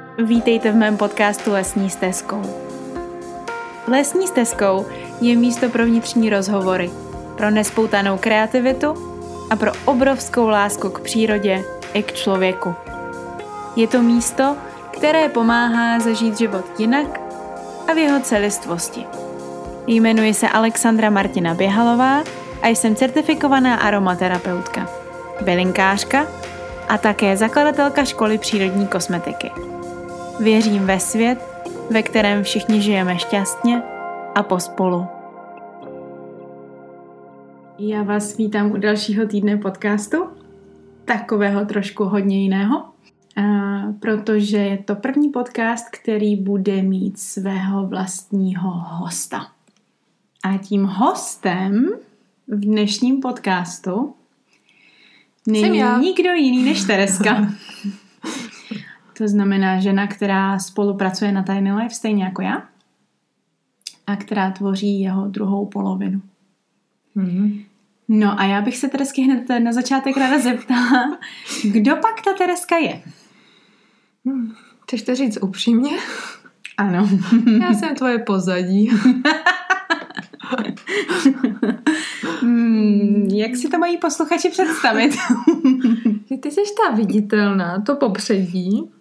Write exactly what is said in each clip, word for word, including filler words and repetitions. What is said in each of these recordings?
Vítejte v mém podcastu Lesní stezkou. Lesní stezkou je místo pro vnitřní rozhovory, pro nespoutanou kreativitu a pro obrovskou lásku k přírodě i k člověku. Je to místo, které pomáhá zažít život jinak a v jeho celistvosti. Jmenuji se Alexandra Martina Běhalová a jsem certifikovaná aromaterapeutka, bylinkářka a také zakladatelka školy přírodní kosmetiky. Věřím ve svět, ve kterém všichni žijeme šťastně a pospolu. Já vás vítám u dalšího týdne podcastu, takového trošku hodně jiného, a protože je to první podcast, který bude mít svého vlastního hosta. A tím hostem v dnešním podcastu není nikdo jiný než Tereska. To znamená žena, která spolupracuje na Tiny Life stejně jako já a která tvoří jeho druhou polovinu. Mm-hmm. No a já bych se Teresky hned na začátek ráda zeptala, kdo pak ta Tereska je? Hmm, chceš to říct upřímně? Ano. Já jsem tvoje pozadí. hmm, jak si to mají posluchači představit? Že ty jsi ta viditelná, to popředí.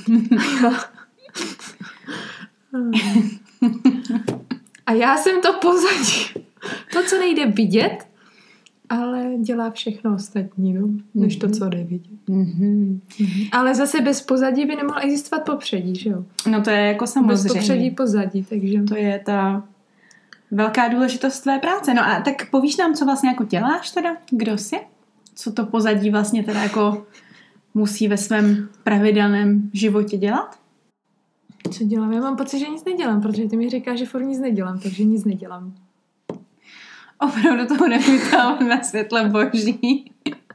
A já jsem to pozadí. To, co nejde vidět, ale dělá všechno ostatní, no, než to, co jde vidět. Mm-hmm. Ale zase bez pozadí by nemohl existovat popředí, že jo? No to je jako samozřejmě. Bez popředí pozadí, takže... To je ta velká důležitost tvé práce. No a tak povíš nám, co vlastně jako děláš teda? Kdo jsi? Co to pozadí vlastně teda jako musí ve svém pravidelném životě dělat? Co dělám? Já mám pocit, že nic nedělám, protože ty mi říkáš, že furt nic nedělám, takže nic nedělám. Opravdu to nevítám na světle boží.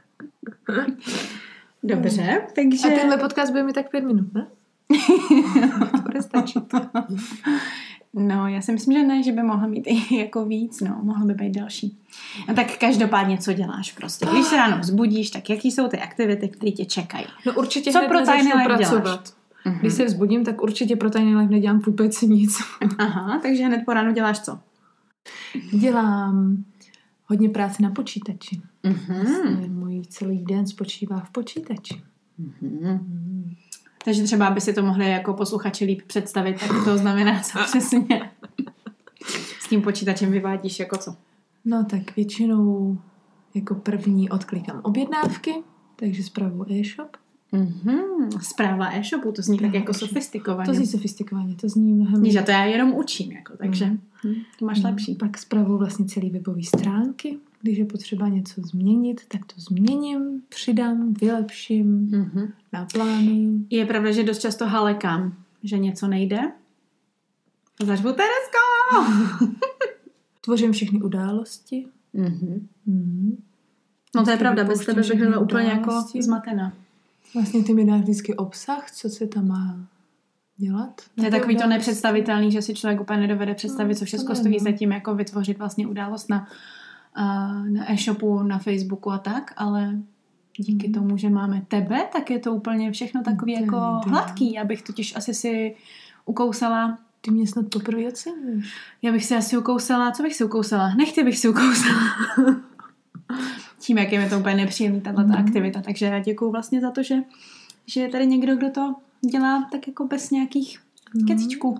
Dobře, takže... A tenhle podcast bude mi tak pět minut, ne? Bude stačit. No, já si myslím, že ne, že by mohla mít i jako víc, no, mohla by být další. No tak každopádně, co děláš prostě? Když se ráno vzbudíš, tak jaký jsou ty aktivity, které tě čekají? No určitě co pro Tiny Life pracovat. Děláš? Když se vzbudím, tak určitě pro Tiny Life nedělám vůbec nic. Aha, takže hned po ránu děláš co? Dělám hodně práce na počítači. Mm-hmm. Vlastně můj celý den spočívá v počítači. Mm-hmm. Mm. Takže třeba, aby si to mohli jako posluchači líp představit, tak to znamená co přesně. S tím počítačem vyvádíš jako co? No tak většinou jako první odklikám objednávky, takže spravuju e-shop. Mm-hmm. Správa e-shopu, to zní tak jako sofistikovaně. To zní sofistikovaně, to zní mnohem... Níž, to já jenom učím, jako, takže mm. to máš mm. lepší. Pak spravuju vlastně celý webový stránky, když je potřeba něco změnit, tak to změním, přidám, vylepším, mm-hmm. naplánuju. Je pravda, že dost často halekám, že něco nejde. Zažvu Teresko! Tvořím všechny události. Mm-hmm. Mm. No to je pravda, bez tebe bych byla úplně jako zmatená. Vlastně ty mi dáš vždycky obsah, co se tam má dělat. To je takový to nepředstavitelný, že si člověk úplně nedovede představit, co všechno stojí za tím, jako vytvořit vlastně událost na, na e-shopu, na Facebooku a tak, ale díky tomu, že máme tebe, tak je to úplně všechno takový jako hladký. Já bych totiž asi si ukousala. Ty mě snad poprvé oceníš. Já bych si asi ukousala, co bych si ukousala? Nechty bych si ukousala. Tím, jak je mi to úplně nepříjemný tato mm. aktivita. Takže já děkuju vlastně za to, že, že je tady někdo, kdo to dělá tak jako bez nějakých mm. kecičků.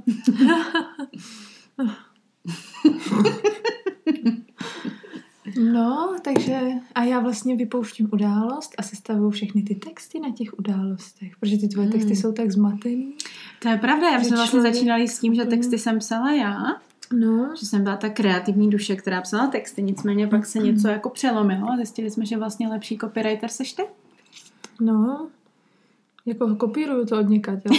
No, takže a já vlastně vypouštím událost a sestavuju všechny ty texty na těch událostech, protože ty tvoje texty mm. jsou tak zmatený. To je pravda, já jsme vlastně začínali s tím, že texty jsem psala já. No. Že jsem byla ta kreativní duše, která psala texty, nicméně pak se něco jako přelomilo a zjistili jsme, že vlastně lepší copywriter seš ty. No, jako kopíruju to od někať, ale...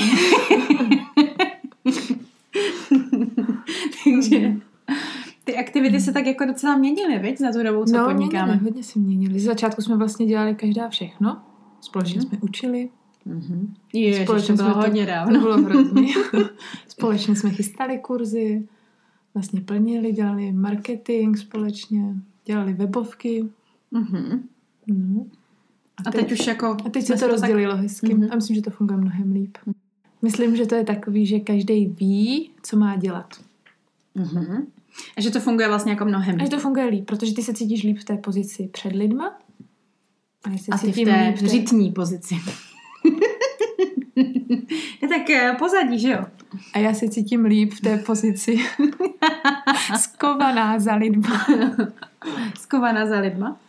Takže ty aktivity se tak jako docela měnily, viď, za tu dobu, co no, podnikáme. No, hodně se měnily. Z začátku jsme vlastně dělali každá všechno. Společně mm. jsme učili. Mm-hmm. Ježiš, společně to bylo to, hodně dávno. To bylo hrozně. Společně jsme chystali kurzy. Vlastně plnili, dělali marketing společně, dělali webovky. Mm-hmm. Mm. A teď, a teď už jako... A teď se to rozdělilo tak... hezky. Mm-hmm. A myslím, že to funguje mnohem líp. Myslím, že to je takový, že každý ví, co má dělat. Mm-hmm. A že to funguje vlastně jako mnohem. A že to funguje líp, protože ty se cítíš líp v té pozici před lidma. A, se a ty v té vřitní pozici. Je tak pozadí, že jo? A já se cítím líp v té pozici skovaná za lidma. Skovaná za lidma?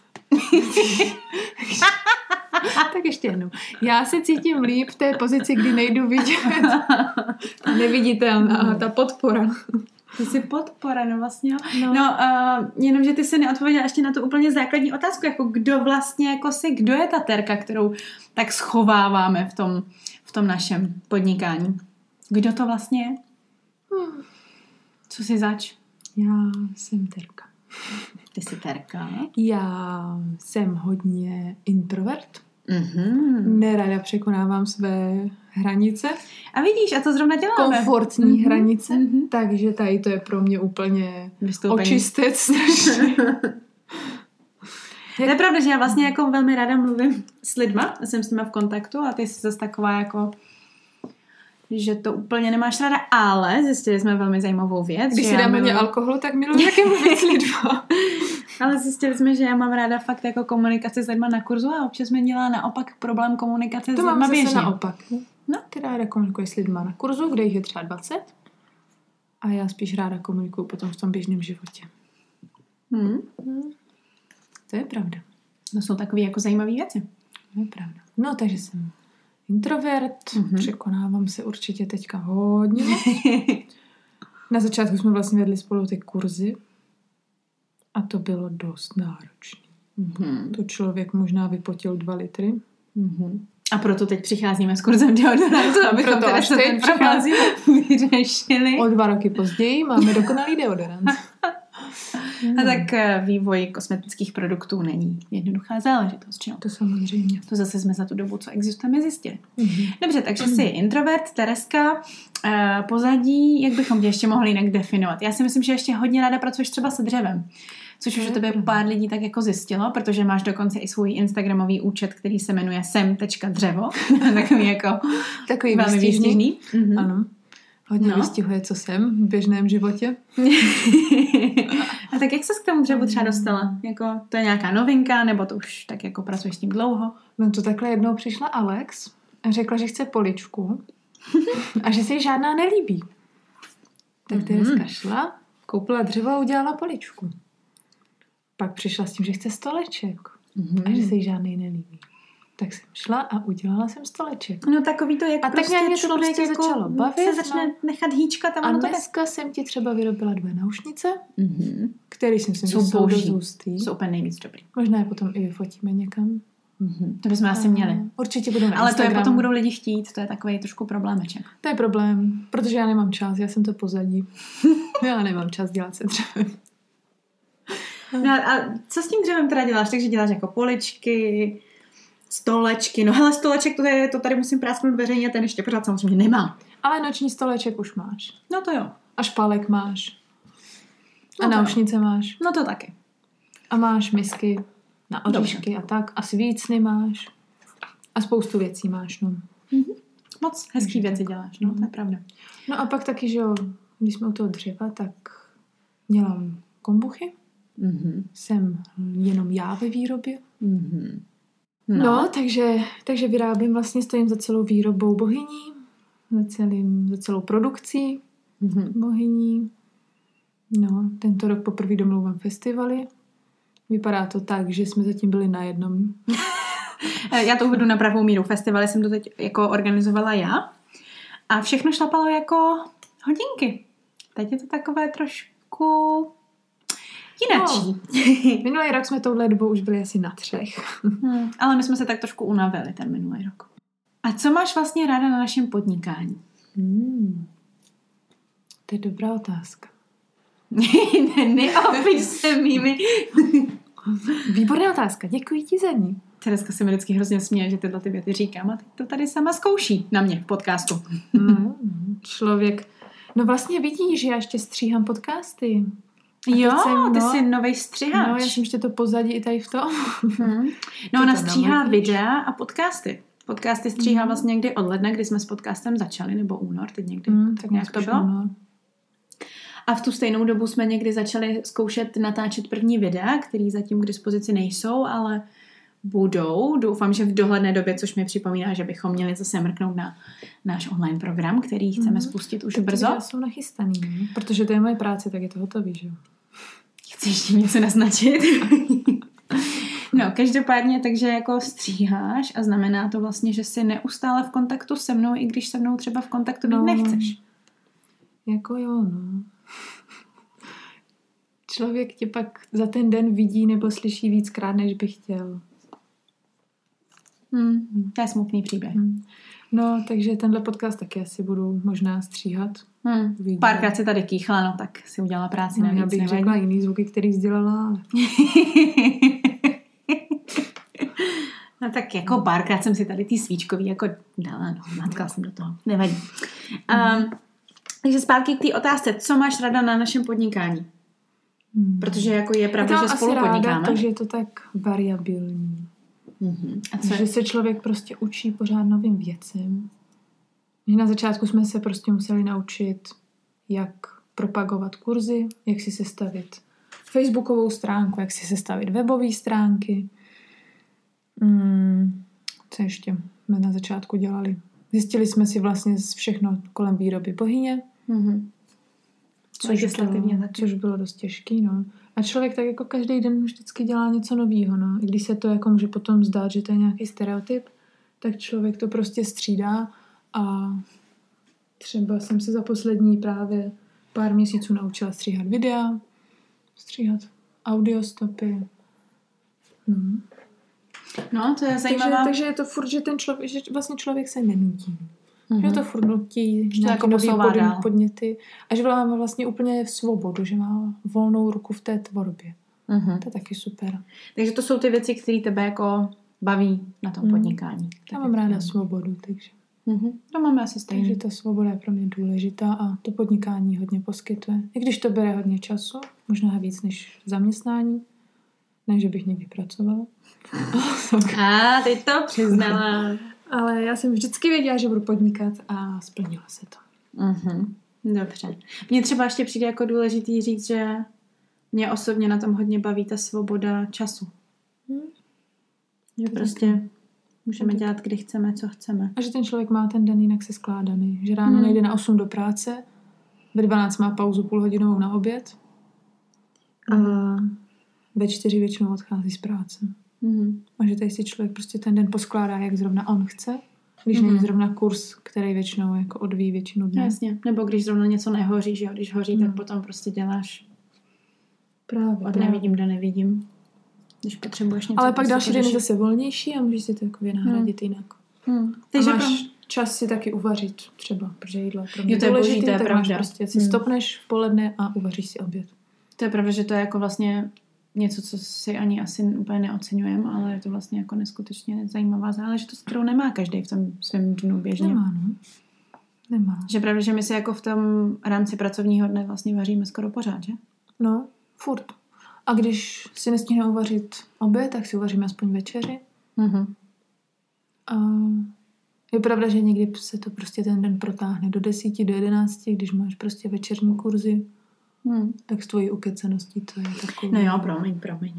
Tak ještě jednou. Já se cítím líp v té pozici, kdy nejdu vidět. Neviditelná, ta podpora. Ty jsi podpora, no vlastně. No, no uh, jenomže ty se neodpověděla ještě na tu úplně základní otázku, jako kdo vlastně jako si, kdo je ta Terka, kterou tak schováváme v tom, v tom našem podnikání. Kdo to vlastně je? Hmm. Co jsi zač? Já jsem Terka. Ty jsi Terka? Já jsem hodně introvert. Mm-hmm. Nerada překonávám své hranice. A vidíš, a to zrovna děláme. Komfortní mm-hmm. hranice. Mm-hmm. Takže tady to je pro mě úplně vystoupení. Očistec strašně. Je pravda, že já vlastně jako velmi ráda mluvím s lidma, jsem s nima v kontaktu a ty jsi zase taková jako, že to úplně nemáš ráda, ale zjistili jsme velmi zajímavou věc. Když si dáme miluji... mě alkoholu, tak miluji také mluvit s lidma. Ale zjistili jsme, že já mám ráda fakt jako komunikaci s lidma na kurzu a občas mi dělá naopak problém komunikace to s lidma běžně. To mám naopak. No, ty ráda komunikuješ s lidma na kurzu, kde jich je třeba dvacet a já spíš ráda komunikuju potom v tom běžném životě. Hmm. Hmm. To je pravda. To jsou takové jako zajímavé věci. To je pravda. No, takže jsem introvert, mm-hmm. překonávám se určitě teďka hodně. Na začátku jsme vlastně vedli spolu ty kurzy a to bylo dost náročné. Mm-hmm. To člověk možná vypotil dva litry. Mm-hmm. A proto teď přicházíme s kurzem deodorantu, abychom teda se ten problém vyřešili. O dva roky později máme dokonalý deodorant. A tak vývoj kosmetických produktů není jednoduchá záležitost, že? To samozřejmě. To zase jsme za tu dobu, co existujeme, zjistili. Mm-hmm. Dobře, takže jsi introvert, Tereska, pozadí, jak bychom tě ještě mohli jinak definovat? Já si myslím, že ještě hodně ráda pracuješ třeba se dřevem, což už o tebe pár lidí tak jako zjistilo, protože máš dokonce i svůj instagramový účet, který se jmenuje sem tečka dřevo. Takový jako takový velmi výstižný. Mm-hmm. Ano. Hodně no. vystihuje, co jsem v běžném životě. A tak jak ses k tomu dřevu třeba dostala? Jako, to je nějaká novinka, nebo to už tak jako pracuješ s tím dlouho? No to takhle jednou přišla Alex a řekla, že chce poličku a že se jí žádná nelíbí. Tak Tereska šla, koupila dřevo a udělala poličku. Pak přišla s tím, že chce stoleček mm-hmm. a že se jí žádný nelíbí. Tak jsem šla a udělala jsem stoleček. No takový to, jak a prostě tak mě to prostě jako začalo bavit. Se začne no. nechat hýčkat a, a ono dneska to jsem ti třeba vyrobila dvě náušnice, mm-hmm. který jsem si jsou jsou dost hustý. Jsou úplně nejvíc dobrý. Možná je potom i vyfotíme někam. Mm-hmm. To bychom a asi měli. Určitě budou na Ale Instagramu. to je potom budou lidi chtít, to je takový trošku problémeček. To je problém, protože já nemám čas, já jsem to pozadí. Já nemám čas dělat se dřevem. No a co s tím dřevem teda děláš? Takže děláš jako poličky, stolečky. No hele, stoleček, to, je, to tady musím prásknout veřejně, ten ještě pořád samozřejmě nemám. Ale noční stoleček už máš. No to jo. A špálek máš. A no náušnice máš. No to taky. A máš misky na oříšky a tak. A svícny máš. A spoustu věcí máš, no. Mm-hmm. Moc hezký věci děláš, no, to je pravda. No a pak taky, že jo, když jsme u toho dřeva, tak dělám kombuchy. Mm-hmm. Jsem jenom já ve výrobě. Mm-hmm. No, no takže, takže vyrábím vlastně, stojím za celou výrobou bohyní, za, celým, za celou produkcí mm-hmm. bohyní. No, tento rok poprvé domlouvám festivaly. Vypadá to tak, že jsme zatím byli na jednom. Já to uvedu na pravou míru. Festivaly jsem to teď jako organizovala já a všechno šlapalo jako hodinky. Teď je to takové trošku jinačí. No, minulý rok jsme touhle dobou už byli asi na třech. Hmm, ale my jsme se tak trošku unavili ten minulý rok. A co máš vlastně ráda na našem podnikání? Hmm. To je dobrá otázka. ne, neopiš se mými. Výborná otázka, děkuji ti za ní. Tereska se mi vždycky hrozně směje, že tyhle ty věty říkám a teď to tady sama zkouší na mě v podcastu. mm, člověk, no vlastně vidí, že já ještě stříhám podcasty. Jo, jsem, ty no, jsi novej střiháč. No, já jsem ještě to pozadí i tady v tom. Hmm. No, ona stříhá videa a podcasty. Podcasty stříhá mm. vlastně někdy od ledna, kdy jsme s podcastem začali, nebo únor, teď někdy. Mm, tak nějak to bylo. Únor. A v tu stejnou dobu jsme někdy začali zkoušet natáčet první videa, které zatím k dispozici nejsou, ale budou. Doufám, že v dohledné době, což mi připomíná, že bychom měli zase mrknout na náš online program, který chceme mm. spustit už tak brzo. Já jsou nachystaný, ne? Protože to je moje práce, tak je to hotový, že jo? Chceš tím něco naznačit? No, každopádně, takže jako stříháš a znamená to vlastně, že jsi neustále v kontaktu se mnou, i když se mnou třeba v kontaktu být no, nechceš. Jako jo, no. Člověk tě pak za ten den vidí nebo slyší víckrát, než by chtěl. Hmm, to je smutný příběh. Hmm. No, takže tenhle podcast taky asi budu možná stříhat. Hmm. Párkrát si tady kýchla, no tak si udělala práci no, navíc. Já bych nevadí. Řekla jiný zvuky, který sdělala, ale... No tak jako párkrát jsem si tady ty svíčkový jako dala, no, natkala jsem do toho. Nevadí. Um, takže zpátky k té otázce, co máš rada na našem podnikání? Hmm. Protože jako je pravda, že spolu ráda, podnikáme. Takže je to tak variabilní. Mm-hmm. A co že se člověk prostě učí pořád novým věcem. Že na začátku jsme se prostě museli naučit, jak propagovat kurzy, jak si sestavit facebookovou stránku, jak si sestavit webové stránky. Hmm, co ještě jsme na začátku dělali? Zjistili jsme si vlastně všechno kolem výroby bohyně. Mm-hmm. Což, bylo, což bylo dost těžký, no. A člověk tak jako každý den vždycky dělá něco novýho, no. I když se to jako může potom zdát, že to je nějaký stereotyp, tak člověk to prostě střídá a třeba jsem se za poslední právě pár měsíců naučila stříhat videa, stříhat audiostopy. No. No, to je zajímavé. Takže, takže je to furt, že ten člověk, že vlastně člověk se nenutí. Mm-hmm. Že to furt nutí, že to jako nový pod, podněty a že má vlastně úplně svobodu, že má volnou ruku v té tvorbě. Mm-hmm. To je taky super. Takže to jsou ty věci, které tebe jako baví na tom mm. podnikání. Já mám ráda svobodu, takže. Mm-hmm. To máme asi stejně. Takže ta svoboda je pro mě důležitá a to podnikání hodně poskytuje. I když to bere hodně času, možná víc než zaměstnání, ne, že bych někdy pracovala. A teď to přiznala. Ale já jsem vždycky věděla, že budu podnikat a splnila se to. Uh-huh. Dobře. Mně třeba ještě přijde jako důležitý říct, že mě osobně na tom hodně baví ta svoboda času. Hmm. Že prostě můžeme dělat, kdy chceme, co chceme. A že ten člověk má ten den jinak se skládaný. Že ráno hmm. nejde na osm do práce, ve dvanáct má pauzu půlhodinovou na oběd a ve čtyři většinou odchází z práce. Mm. A že tady si člověk prostě ten den poskládá, jak zrovna on chce, když mm. není zrovna kurz, který většinou jako odvíjí většinu dne. Jasně, nebo když zrovna něco nehoří, že jo, když hoří, mm. tak potom prostě děláš právě, od právě. nevidím do nevidím, když potřebuješ něco. Ale pak další den je zase volnější a můžeš si to jako vynahradit mm. jinak. Mm. Takže máš pro... čas si taky uvařit třeba, protože jídlo je pro mě jo, to je důležitý, boží, to je tak pravda. máš prostě si mm. stopneš v poledne a uvaříš si oběd. To je pravda, že to je jako vlastně něco, co si ani asi úplně neoceňujeme, ale je to vlastně jako neskutečně zajímavá záležitost, kterou nemá každý v tom svém dnu běžně. Nemá, no. Nemá. Že pravda, že my si jako v tom rámci pracovního dne vlastně vaříme skoro pořád, že? No, furt. A když si nestihneme uvařit oběd, tak si uvaříme aspoň večeři. Mhm. A je pravda, že někdy se to prostě ten den protáhne do desíti, do jedenácti, když máš prostě večerní kurzy. Hmm. Tak s tvojí ukeceností to je takový... No jo, promiň, promiň.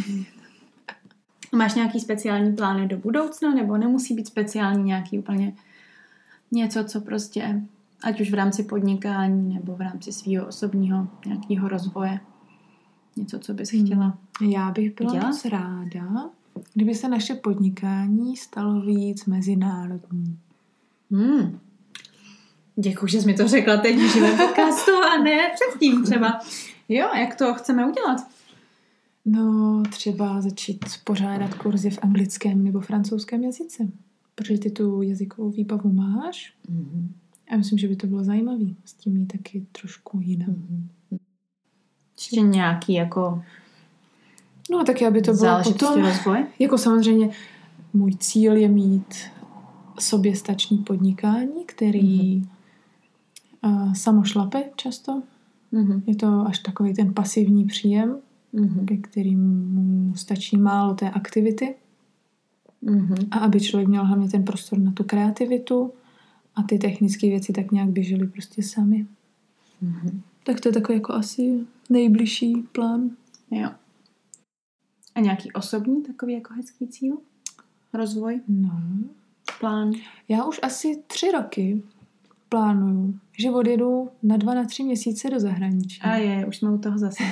Máš nějaký speciální plány do budoucna, nebo nemusí být speciální nějaký úplně něco, co prostě, ať už v rámci podnikání, nebo v rámci svého osobního nějakého rozvoje, něco, co bys chtěla hmm. Já bych byla dělat? moc ráda, kdyby se naše podnikání stalo víc mezinárodní. Hmm. Děkuji, že jsi mi to řekla teď v živém podcastu a ne předtím třeba. Jo, jak to chceme udělat? No, třeba začít pořádat kurzy v anglickém nebo francouzském jazyce. Protože ty tu jazykovou výbavu máš. Mm-hmm. A myslím, že by to bylo zajímavé. S tím mít taky trošku jinak. Mm-hmm. Ještě nějaký jako... No, tak aby to bylo potom... rozvoj? Jako samozřejmě můj cíl je mít soběstačný podnikání, který... Mm-hmm. Uh, samo šlape často. Mm-hmm. Je to až takový ten pasivní příjem, mm-hmm. ke kterému stačí málo té aktivity. Mm-hmm. A aby člověk měl hlavně ten prostor na tu kreativitu a ty technické věci tak nějak běžely prostě sami. Mm-hmm. Tak to je takový jako asi nejbližší plán. Jo. A nějaký osobní takový jako hezký cíl? Rozvoj? No. Plán? Já už asi tři roky plánuju, že odjedu na dva, na tři měsíce do zahraničí. A je, už jsme u toho zase.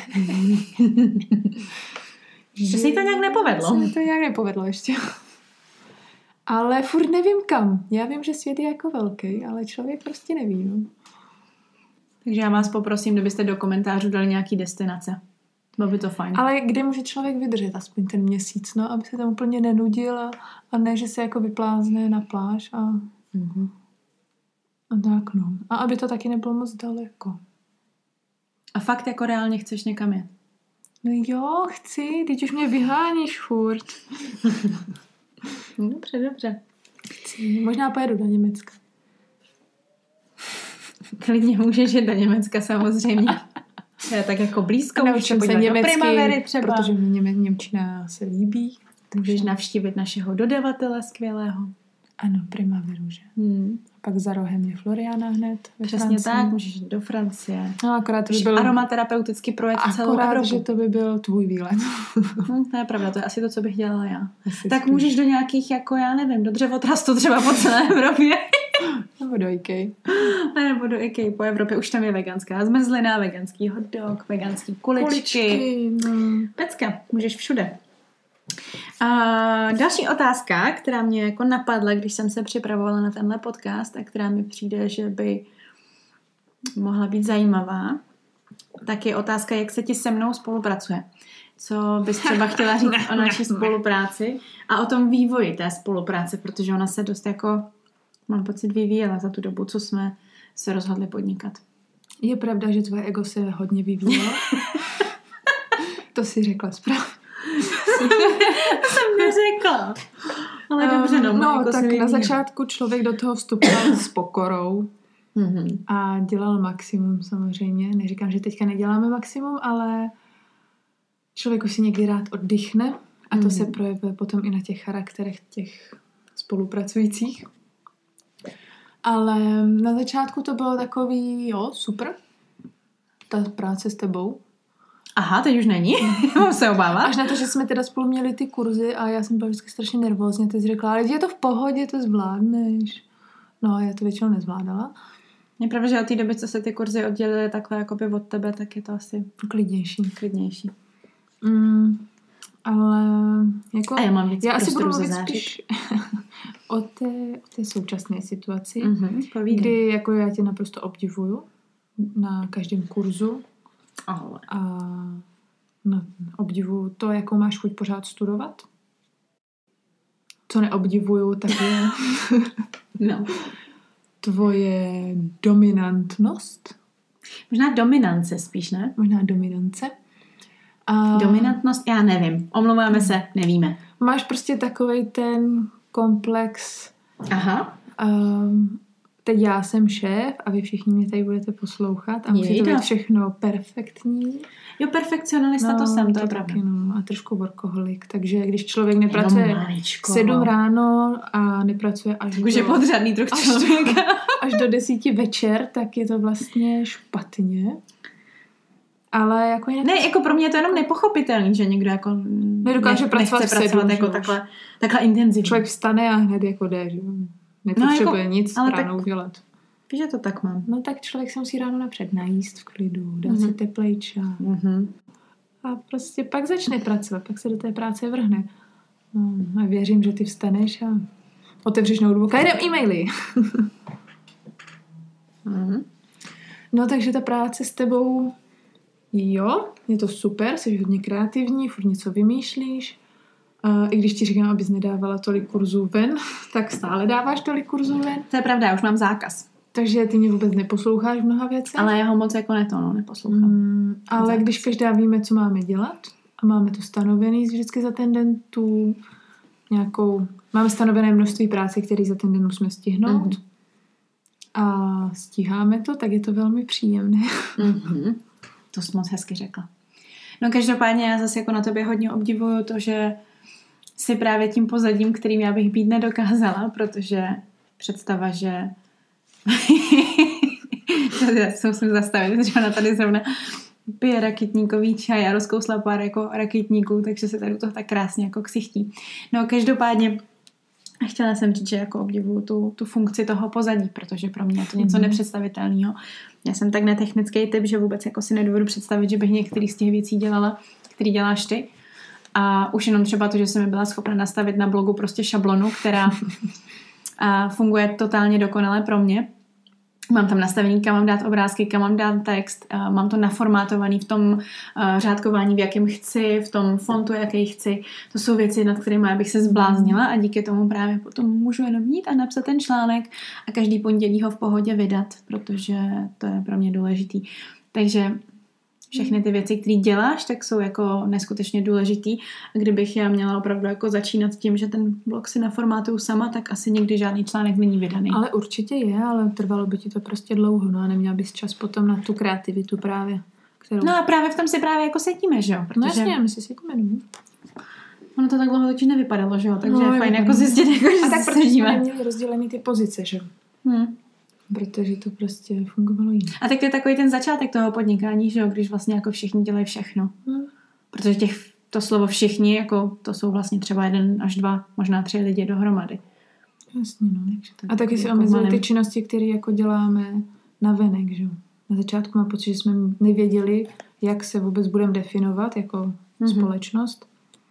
Že se jí to nějak nepovedlo. Se mi to nějak nepovedlo ještě. Ale furt nevím kam. Já vím, že svět je jako velký, ale člověk prostě neví. No. Takže já vás poprosím, kdybyste do komentářů dali nějaký destinace. Bylo by to fajn. Ale kde může člověk vydržet aspoň ten měsíc, no, aby se tam úplně nenudil a, a ne, že se jako vyplázne na pláž a, mm-hmm. a tak, no. A aby to taky nebylo moc daleko. A fakt jako reálně chceš někam jet? No jo, chci, teď už mě vyháníš furt. Dobře, dobře. Chci, možná pojedu do Německa. Klidně můžeš jít do Německa samozřejmě. To je tak jako blízko. Naučím se německy, třeba. Protože mě Něme- Němčina se líbí. Můžeš navštívit našeho dodavatele skvělého. Ano, Primaveru, že? Hmm. Pak za rohem je Floriana hned. Přesně Francii. Tak, můžeš jít do Francie. No, akorát to by byl aromaterapeutický projekt celou Evropu. Evropu. Že to by byl tvůj výlet. Hmm, to je pravda, to je asi to, co bych dělala já. Asi tak spíš. Můžeš do nějakých, jako já nevím, do dřevotrastu třeba po celé Evropě. Nebo do IKEA. A nebo do IKEA po Evropě. Už tam je veganská zmrzlina, veganský hot dog, veganský kuličky. Kuličky, no. Pecka, můžeš všude. A další otázka, která mě jako napadla, když jsem se připravovala na tenhle podcast a která mi přijde, že by mohla být zajímavá, tak je otázka, jak se ti se mnou spolupracuje. Co bys třeba chtěla říct o naší spolupráci a o tom vývoji té spolupráce, protože ona se dost jako, mám pocit, vyvíjela za tu dobu, co jsme se rozhodli podnikat. Je pravda, že tvoje ego se hodně vyvíjelo? To si řekla správně. To jsem neřekla. Ale um, dobře, no. No, jako tak na začátku člověk do toho vstupoval s pokorou mm-hmm. a dělal maximum samozřejmě. Neříkám, že teďka neděláme maximum, ale člověk už si někdy rád oddychne a to mm-hmm. se projevuje potom i na těch charakterech těch spolupracujících. Ale na začátku to bylo takový, jo, super, ta práce s tebou. Aha, teď už není. Mám se obávat. Až na to, že jsme teda spolu měli ty kurzy a já jsem byla vždycky strašně nervózně. Ty jsi řekla, ale je to v pohodě, to zvládneš. No a já to většinou nezvládala. Je pravda, že od té doby, co se ty kurzy oddělily takhle jakoby od tebe, tak je to asi klidnější. Klidnější. Mm, ale jako... A já mám víc já asi budu prostoru mluvit spíš o té, o té současné situaci, mm-hmm, kdy jako já tě naprosto obdivuju na každém kurzu. Ahoj. A no, obdivuju to, jakou máš chuť pořád studovat. Co neobdivuju, tak je no. tvoje dominantnost. Možná dominance spíš, ne? Možná dominance. A dominantnost, já nevím. Omlouváme hmm. se, nevíme. Máš prostě takovej ten komplex. Aha. Um, teď já jsem šéf a vy všichni mě tady budete poslouchat a musí to být všechno perfektní. Jo, perfekcionalista no, to jsem, to, to je pravda. No, a trošku workoholik, takže když člověk nepracuje v sedm ráno a nepracuje až tak do... už je podřadný druh člověka. Až do desíti večer, tak je to vlastně špatně. Ale jako jinak... Ne, jako pro mě je to jenom nepochopitelný, že někdo jako nedokáže nech, pracovat nechce v sedm, pracovat jako takhle, takhle intenzivně. Člověk vstane a hned jako jde, že nepotřebuje no, jako, nic ráno udělat. Víš, že to tak mám. No tak člověk se musí ráno napřed najíst v klidu, dát mm-hmm. si teplej čaj. Mm-hmm. A prostě pak začne pracovat, pak se do té práce vrhne. No, a věřím, že ty vstaneš a otevřeš notebook a jdem e-maily. mm-hmm. No takže ta práce s tebou, jo, je to super, jsi hodně kreativní, furt něco vymýšlíš. Uh, I když ti říkám, abys nedávala tolik kurzů ven, tak stále dáváš tolik kurzů ven. To je pravda, já už mám zákaz. Takže ty mě vůbec neposloucháš v mnoha věcech. Ale já ho moc jako ne to, no, neposlouchám. Mm, ale zákaz. Když každá víme, co máme dělat a máme to stanovený vždycky za ten den tu nějakou, máme stanovené množství práce, které za ten den musíme stihnout mm-hmm. a stíháme to, tak je to velmi příjemné. Mm-hmm. To jsi moc hezky řekla. No každopádně já zase jako na tobě hodně obdivuju to, že si právě tím pozadím, kterým já bych být nedokázala, protože představa, že já se musím zastavit, že ona tady zrovna pije rakitníkový čaj a rozkousla pár jako rakitníků, takže se tady to tak krásně jako ksichtí. No každopádně chtěla jsem říct, že jako obdivuju tu, tu funkci toho pozadí, protože pro mě je to něco mm. nepředstavitelného. Já jsem tak netechnický typ, že vůbec jako si nedovedu představit, že bych některý z těch věcí dělala, který děláš ty. A už jenom třeba to, že jsem mi byla schopna nastavit na blogu prostě šablonu, která a funguje totálně dokonale pro mě. Mám tam nastavený, kam mám dát obrázky, kam mám dát text, mám to naformátovaný v tom řádkování, v jakém chci, v tom fontu, jaký chci. To jsou věci, nad kterými já bych se zbláznila a díky tomu právě potom můžu jenom jít a napsat ten článek a každý pondělí ho v pohodě vydat, protože to je pro mě důležitý. Takže všechny ty věci, které děláš, tak jsou jako neskutečně důležitý. A kdybych já měla opravdu jako začínat tím, že ten blog si naformátuju sama, tak asi nikdy žádný článek není vydaný. Ale určitě je, ale trvalo by ti to prostě dlouho, no a neměla bys čas potom na tu kreativitu právě. Kterou... No a právě v tom si právě jako sedíme, že jo? Protože... No jasně, my si sedíme, no. Ono to tak dlouho totiž nevypadalo, že jo? Takže no, je fajn jako zjistit, jako, že a tak se protože sedíme. jsme neměli rozdělený ty pozice, že jo? Hmm. Protože to prostě fungovalo jinak. A tak to je takový ten začátek toho podnikání, že jo, když vlastně jako všichni dělají všechno. Hmm. Protože těch, to slovo všichni, jako to jsou vlastně třeba jeden až dva, možná tři lidi dohromady. Jasně, no. Tak a taky si jako omezili ty činnosti, které jako děláme na venek, že jo. Na začátku mám pocit, že jsme nevěděli, jak se vůbec budeme definovat jako mm-hmm. společnost.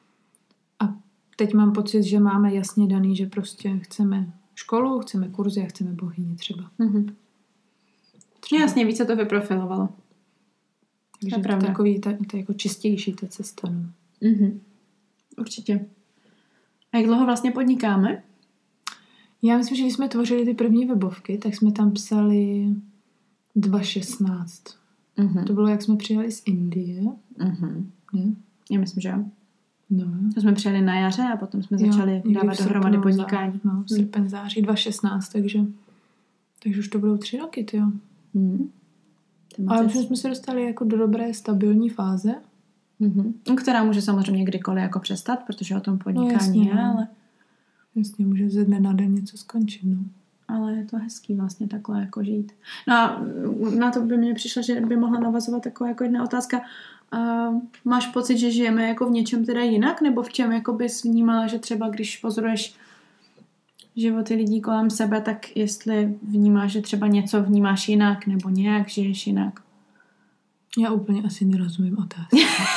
A teď mám pocit, že máme jasně daný, že prostě chceme školu, chceme kurzy a chceme bohyni třeba. Mm-hmm. třeba. Jasně, více to vyprofilovalo. Takže to je takový, ta, ta jako čistější ta cesta. No. Mm-hmm. Určitě. A jak dlouho vlastně podnikáme? Já myslím, že když jsme tvořili ty první webovky, tak jsme tam psali dva šestnáct. Mm-hmm. To bylo, jak jsme přijeli z Indie. Mm-hmm. Ne? Já myslím, že jo. No. To jsme přijeli na jaře a potom jsme začali jo, dávat dohromady podnikání. No, srpen, září dva šestnáct, takže, takže už to budou tři roky, tyjo. Mm. Ale už jsme se dostali jako do dobré, stabilní fáze. Mm-hmm. Která může samozřejmě kdykoliv jako přestat, protože o tom podnikání no, jasně, je, ale... Jasně, může ze dne na den něco skončit, no. Ale je to hezký vlastně takhle jako žít. No a na to by mě přišlo, že by mohla navazovat taková jako jedna otázka. Uh, máš pocit, že žijeme jako v něčem teda jinak? Nebo v čem jako bys vnímala, že třeba když pozoruješ životy lidí kolem sebe, tak jestli vnímáš, že třeba něco vnímáš jinak nebo nějak žiješ jinak? Já úplně asi nerozumím otázku.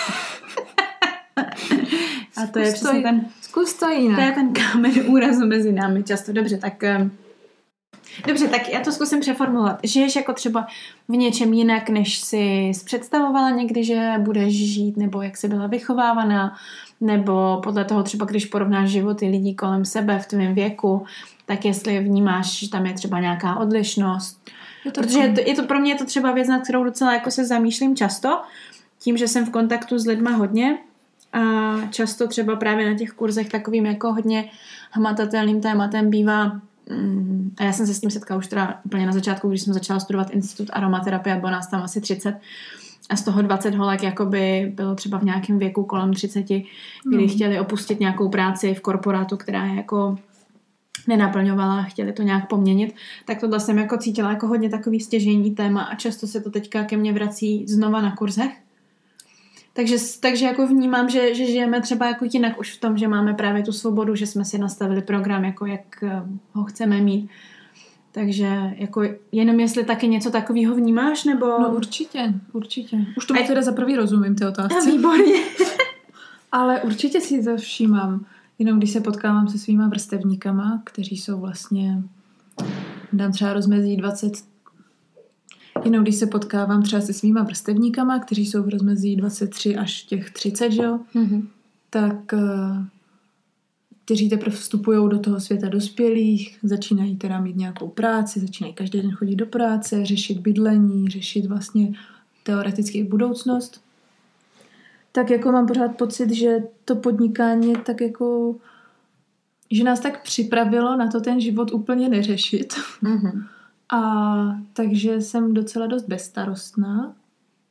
A to je přesně ten... Zkus to jinak. To je ten kámen úrazu mezi námi často. Dobře, tak... Dobře, tak já to zkusím přeformulovat. Žiješ jako třeba v něčem jinak, než jsi představovala někdy, že budeš žít, nebo jak jsi byla vychovávaná, nebo podle toho třeba, když porovnáš životy lidí kolem sebe v tvém věku, tak jestli vnímáš, že tam je třeba nějaká odlišnost. Je to Protože je to, je to pro mě je to třeba věc, nad kterou docela jako se zamýšlím často, tím, že jsem v kontaktu s lidma hodně a často třeba právě na těch kurzech takovým jako hodně hmatatelným tématem bývá. A já jsem se s tím setkala už teda úplně na začátku, když jsem začala studovat institut aromaterapie, bylo nás tam asi třicet a z toho dvacet holek jakoby bylo třeba v nějakém věku kolem třiceti, kdy mm. chtěli opustit nějakou práci v korporátu, která je jako nenaplňovala, chtěli to nějak poměnit, tak tohle jsem jako cítila jako hodně takový stěžejní téma a často se to teďka ke mně vrací znova na kurzech. Takže, takže jako vnímám, že, že žijeme třeba jako jinak už v tom, že máme právě tu svobodu, že jsme si nastavili program, jako jak ho chceme mít. Takže jako jenom jestli taky něco takového vnímáš, nebo... No určitě, určitě. Už tomu teda za prvý rozumím ty otázce. Výborně. Ale určitě si to všímám. Jenom když se potkávám se svýma vrstevníkama, kteří jsou vlastně, dám třeba rozmezí dvacet. Jenom když se potkávám třeba se svýma vrstevníkama, kteří jsou v rozmezí dvacet tři až těch třicet, že jo? Mm-hmm. Tak kteří teprve vstupují do toho světa dospělých, začínají teda mít nějakou práci, začínají každý den chodit do práce, řešit bydlení, řešit vlastně teoreticky i budoucnost. Tak jako mám pořád pocit, že to podnikání je tak jako, že nás tak připravilo na to ten život úplně neřešit. Mm-hmm. A takže jsem docela dost bezstarostná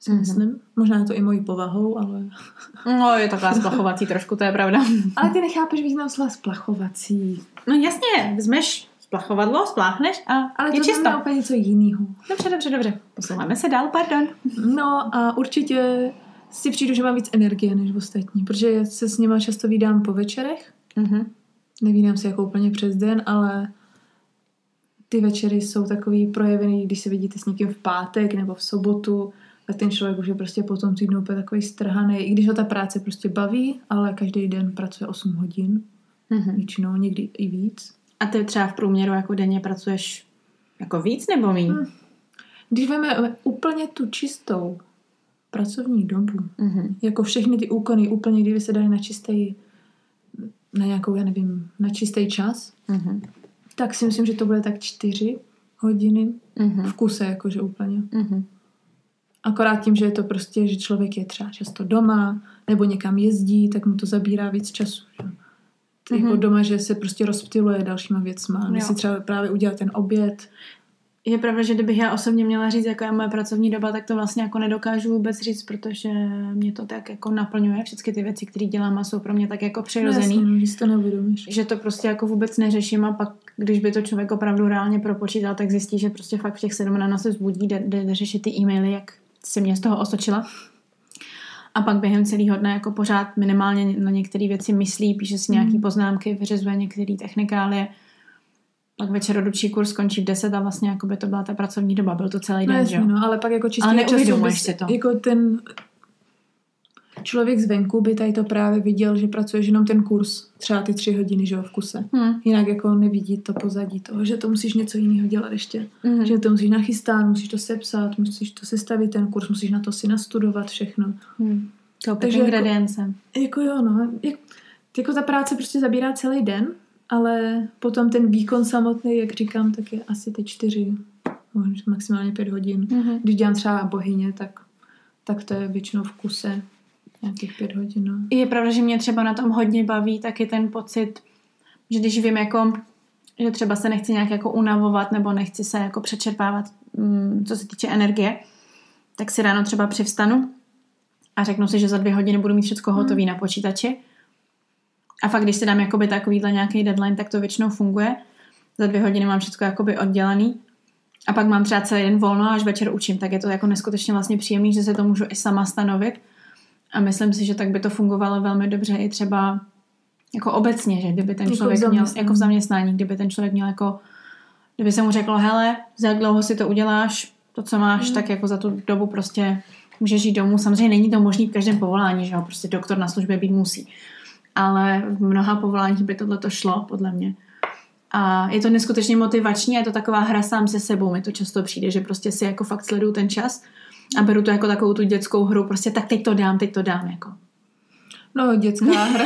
si mm-hmm. myslím. Možná to i mojí povahou, ale... No, je taková splachovací trošku, to je pravda. Ale ty nechápeš význam slova splachovací. No jasně, vezmeš splachovadlo, spláchneš a ale je čisto. Ale to úplně něco jiného. Dobře, dobře, dobře. Posouváme se dál, pardon. No a určitě si přijdu, že mám víc energie než ostatní, protože se s nima často vídám po večerech. Mm-hmm. Nevídám se jako úplně přes den, ale ty večery jsou takový projevený, když se vidíte s někým v pátek nebo v sobotu, tak ten člověk už je prostě po tom týdnu úplně takový strhaný, i když ho ta práce prostě baví, ale každý den pracuje osm hodin, mm-hmm. většinou, někdy i víc. A ty třeba v průměru jako denně pracuješ jako víc nebo míň? Hmm. Když vezmeme úplně tu čistou pracovní dobu, mm-hmm. jako všechny ty úkony úplně, kdyby se daly na čistý, na nějakou, já nevím, na čistý čas, mm-hmm. tak si myslím, že to bude tak čtyři hodiny mm-hmm. v kuse, jakože úplně. Mm-hmm. Akorát tím, že je to prostě, že člověk je třeba často doma, nebo někam jezdí, tak mu to zabírá víc času. Že? Mm-hmm. Jako doma, že se prostě rozptyluje dalšíma věcma. Když si třeba právě udělat ten oběd. Je pravda, že kdybych já osobně měla říct, jaká je moje pracovní doba, tak to vlastně jako nedokážu vůbec říct, protože mě to tak jako naplňuje. Všechny ty věci, které dělám a jsou pro mě tak jako přirozený. No, jasně, to neuvědomíš. Že to prostě jako vůbec neřeším a pak, když by to člověk opravdu reálně propočítal, tak zjistí, že prostě fakt v těch sedm ráno se vzbudí, jde, jde, jde řešit ty e-maily, jak si mě z toho osočila. A pak během celého dne jako pořád minimálně na některé věci myslí, píše si nějaký poznámky, vyřizuje některé technikálie. Pak večer odučí kurz skončí v deset a vlastně jako by to byla ta pracovní doba, byl to celý no den, jasně, že? No, ale pak jako čistě ale neuvědomuješ si to. Jako ten člověk zvenku by tady to právě viděl, že pracuješ jenom ten kurz, třeba ty tři hodiny, že jo, v kuse. Hmm. Jinak jako nevidí to pozadí toho, že to musíš něco jiného dělat ještě. Hmm. Že to musíš nachystat, musíš to sepsat, musíš to sestavit ten kurz, musíš na to si nastudovat všechno. Hmm. Takže ingredience. Jako, jako jo, no. Jak, jako ta práce prostě zabírá celý den, ale potom ten výkon samotný, jak říkám, tak je asi ty čtyři, maximálně pět hodin. Mm-hmm. Když dělám třeba bohyně, tak, tak to je většinou v kuse nějakých pět hodin. No. Je pravda, že mě třeba na tom hodně baví taky ten pocit, že když vím jako, že třeba se nechci nějak jako unavovat nebo nechci se jako přečerpávat, co se týče energie, tak si ráno třeba přivstanu a řeknu si, že za dvě hodiny budu mít všechno hotový mm. na počítači. A fakt, když si dám jakoby takovýhle nějaký deadline, tak to většinou funguje. Za dvě hodiny mám všechno jakoby oddělaný. A pak mám třeba celý den volno a až večer učím. Tak je to jako neskutečně vlastně příjemný, že se to můžu i sama stanovit. A myslím si, že tak by to fungovalo velmi dobře i třeba jako obecně, že kdyby ten člověk jako měl, jako v zaměstnání, kdyby ten člověk měl jako, kdyby se mu řeklo, hele, za jak dlouho si to uděláš, to, co máš, mm. tak jako za tu dobu prostě můžeš jít domů. Samozřejmě není to možný v každém povolání, že jo, prostě doktor na službě být musí. Ale v mnoha povoláních by tohleto šlo, podle mě. A je to neskutečně motivační, je to taková hra sám se sebou. Mi to často přijde, že prostě si jako fakt sleduju ten čas a beru to jako takovou tu dětskou hru, prostě tak teď to dám, teď to dám, jako. No, dětská hra.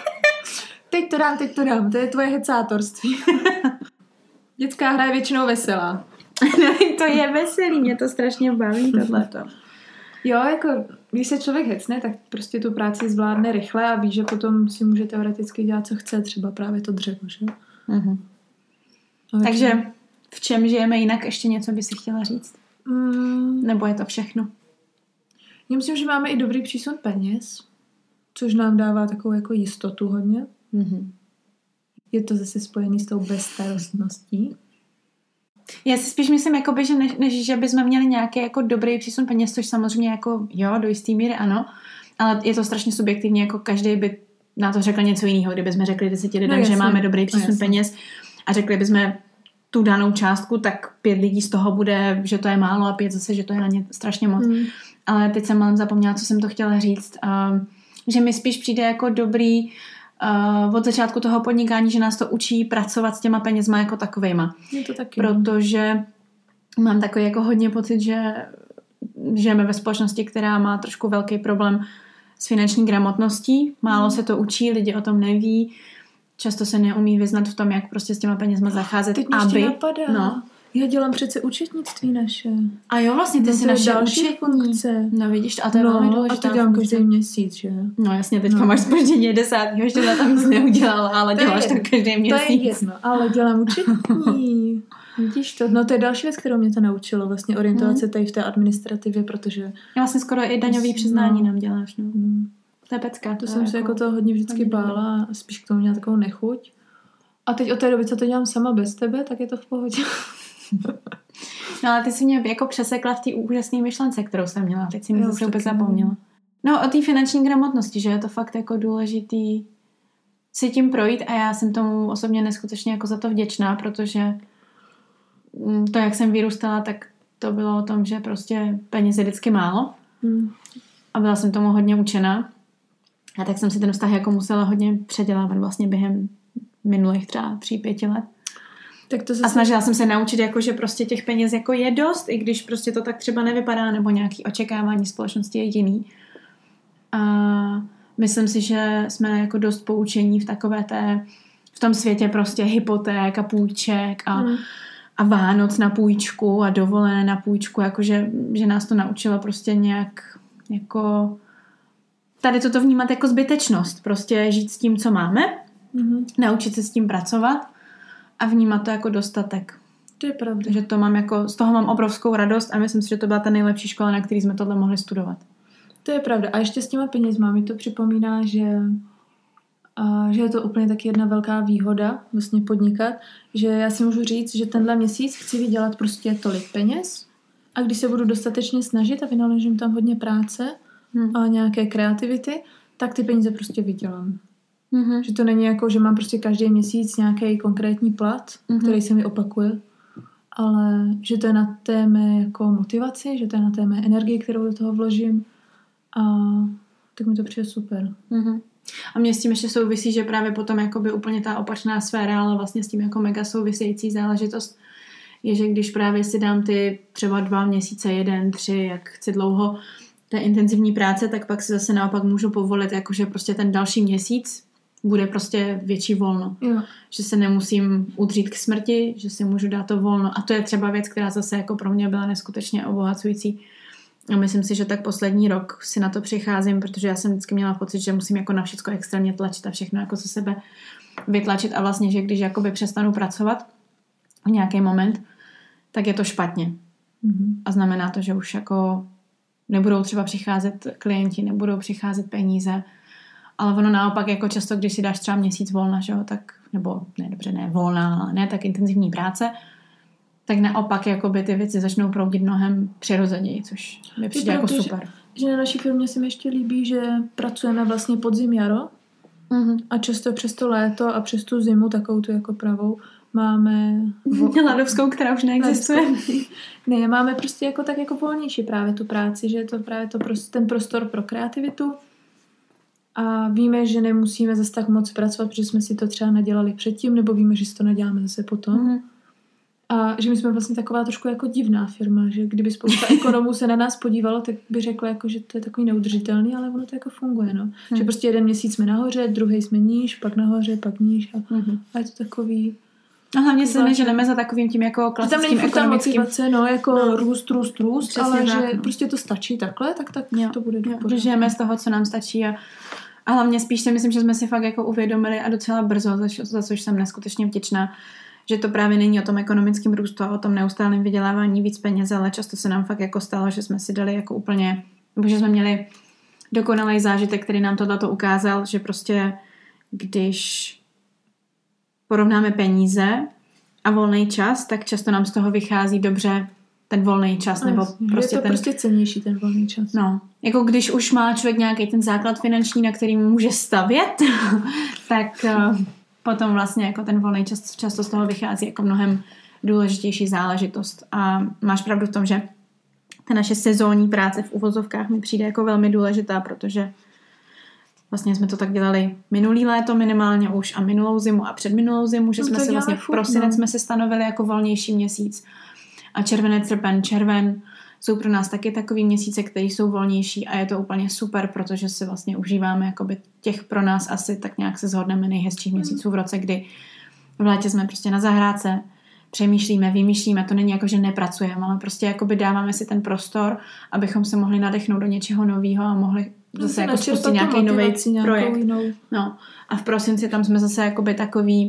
Teď to dám, teď to dám, to je tvoje hecátorství. Dětská hra je většinou veselá. To je veselý, mě to strašně baví, tohleto. Jo, jako když se člověk hecne, tak prostě tu práci zvládne rychle a ví, že potom si může teoreticky dělat, co chce, třeba právě to dřevo, že? Mm-hmm. Takže v čem žijeme jinak? Ještě něco by si chtěla říct? Mm. Nebo je to všechno? Já myslím, že máme i dobrý přísun peněz, což nám dává takovou jako jistotu hodně. Mm-hmm. Je to zase spojený s tou bezstarostností. Já si spíš myslím, jakoby, že než, než že bychom měli nějaký jako dobrý přísun peněz, což samozřejmě jako jo, do jistý míry ano, ale je to strašně subjektivní, jako každý by na to řekl něco jiného, kdybychom řekli deseti lidem, no, že máme dobrý přísun no, peněz a řekli bychom tu danou částku, tak pět lidí z toho bude, že to je málo a pět zase, že to je na ně strašně moc. Hmm. Ale teď jsem malem zapomněla, co jsem to chtěla říct, uh, že mi spíš přijde jako dobrý Uh, od začátku toho podnikání, že nás to učí pracovat s těma penězma jako takovejma. Je to taky. Protože mám takový jako hodně pocit, že žijeme ve společnosti, která má trošku velký problém s finanční gramotností. Málo hmm. se to učí, lidi o tom neví. Často se neumí vyznat v tom, jak prostě s těma penězma zacházet. Teď mě aby... napadá. No. Já dělám přece účetnictví naše. A jo, vlastně ty no, jsi naše účetní funkce. No vidíš, a to je no, velmi důležitá. A to dělám každý měsíc, že? No jasně, teďka no. máš zpoždění desátého, ještě na tam nic neudělala, ale to děláš je, to každý měsíc. To je jedno, ale dělám účetní. Vidíš to? No to je další věc, kterou mě to naučilo, vlastně orientovat hmm. se tady v té administrativě, protože... Já vlastně skoro i daňový přiznání no. nám děláš, no. Hmm. To je pecka. To, to jsem jako... se jako toho hodně vždycky hodně bála a spíš k tomu měla takovou nechuť. A teď od té doby, co to dělám sama bez tebe, tak je to v pohodě. No ale ty jsi mě jako přesekla v té úžasné myšlence, kterou jsem měla. Teď si mi zase úplně zapomněla. No o té finanční gramotnosti, že je to fakt jako důležitý si tím projít a já jsem tomu osobně neskutečně jako za to vděčná, protože to, jak jsem vyrůstala, tak to bylo o tom, že prostě peněz je vždycky málo. Hmm. A byla jsem tomu hodně učená. A tak jsem si ten vztah jako musela hodně předělávat vlastně během minulých třeba tří, pěti let. Tak to a snažila jsem se naučit, jako, že prostě těch peněz jako je dost, i když prostě to tak třeba nevypadá, nebo nějaké očekávání společnosti je jiný. A myslím si, že jsme jako dost poučení v takové té, v tom světě prostě hypoték a půjček a, hmm. a Vánoc na půjčku a dovolené na půjčku, jakože, že nás to naučilo prostě nějak jako tady toto vnímat jako zbytečnost. Prostě žít s tím, co máme, hmm. naučit se s tím pracovat a vnímat to jako dostatek. To je pravda. Takže to mám jako, z toho mám obrovskou radost a myslím si, že to byla ta nejlepší škola, na který jsme tohle mohli studovat. To je pravda. A ještě s těma penězma mi to připomíná, že, a, že je to úplně taky jedna velká výhoda vlastně podnikat, že já si můžu říct, že tenhle měsíc chci vydělat prostě tolik peněz a když se budu dostatečně snažit a vynaložím tam hodně práce hmm. a nějaké kreativity, tak ty peníze prostě vydělám. Mm-hmm. Že to není jako, že mám prostě každý měsíc nějaký konkrétní plat, mm-hmm. který se mi opakuje, ale že to je na té mé jako motivaci, že to je na té mé energii, kterou do toho vložím a tak mi to přijde super. Mm-hmm. A mě s tím ještě souvisí, že právě potom jakoby úplně ta opačná sféra, ale vlastně s tím jako mega související záležitost je, že když právě si dám ty třeba dva měsíce, jeden, tři, jak chci dlouho té intenzivní práce, tak pak si zase naopak můžu povolit, jakože prostě ten další měsíc bude prostě větší volno. Jo. Že se nemusím udřít k smrti, že si můžu dát to volno. A to je třeba věc, která zase jako pro mě byla neskutečně obohacující. A myslím si, že tak poslední rok si na to přicházím, protože já jsem vždycky měla pocit, že musím jako na všechno extrémně tlačit a všechno jako ze sebe vytlačit a vlastně, že když jakoby přestanu pracovat v nějaký moment, tak je to špatně. Mm-hmm. A znamená to, že už jako nebudou třeba přicházet klienti, nebudou přicházet peníze. Ale ono naopak jako často, když si dáš třeba měsíc volna, že jo, tak, nebo ne, dobře, ne volna, ale ne tak intenzivní práce, tak naopak jakoby ty věci začnou proudit mnohem přirozeněji, což mi přijde jako super. Že, že na naší firmě se mi ještě líbí, že pracujeme vlastně podzim jaro mm-hmm. a často přes to léto a přes tu zimu, takovou tu jako pravou, máme... Vo... Ladovskou, která už neexistuje. Ne, máme prostě jako tak jako volnější právě tu práci, že je to právě to prost, ten prostor pro kreativitu. A víme, že nemusíme zase tak moc pracovat, protože jsme si to třeba nadělali předtím, nebo víme, že si to naděláme zase potom. Mm-hmm. A že my jsme vlastně taková trošku jako divná firma, že kdyby spousta ekonomů se na nás podívalo, tak by řekla, jako, že to je takový neudržitelný, ale ono to jako funguje. No. Mm. Že prostě jeden měsíc jsme nahoře, druhý jsme níž, pak nahoře, pak níž a, mm-hmm. a je to takový... A hlavně se neženeme za takovým tím jako klasickým ekonomickým... motivace, no, jako no, růst, růst, růst, ale tak, že no. prostě to stačí takhle, tak, tak jo, to bude jo, že žijeme z toho, co nám stačí a A hlavně spíš si myslím, že jsme si fakt jako uvědomili a docela brzo, za, za což jsem neskutečně vděčná, že to právě není o tom ekonomickém růstu a o tom neustálém vydělávání víc peněz, ale často se nám fakt jako stalo, že jsme si dali jako úplně, nebo že jsme měli dokonalý zážitek, který nám tohleto ukázal, že prostě když porovnáme peníze a volný čas, tak často nám z toho vychází dobře ten volný čas. Nebo prostě je to ten, prostě cennější ten volný čas. No, jako když už má člověk nějaký ten základ finanční, na který může stavět, tak uh, potom vlastně jako ten volný čas často z toho vychází jako mnohem důležitější záležitost. A máš pravdu v tom, že ta naše sezónní práce v uvozovkách mi přijde jako velmi důležitá, protože vlastně jsme to tak dělali minulý léto minimálně už a minulou zimu a předminulou zimu, že no jsme si vlastně v prosinec no. jsme si stanovili jako volnější měsíc. A červenec, srpen, červen jsou pro nás taky takový měsíce, které jsou volnější a je to úplně super, protože si vlastně užíváme jakoby těch pro nás asi tak nějak se shodneme nejhezčích měsíců v roce, kdy v létě jsme prostě na zahrádce, přemýšlíme, vymýšlíme, to není jako, že nepracujeme, ale prostě jakoby dáváme si ten prostor, abychom se mohli nadechnout do něčeho nového a mohli zase jako spustit nějaký nový projekt. No. A v prosinci tam jsme zase jakoby takový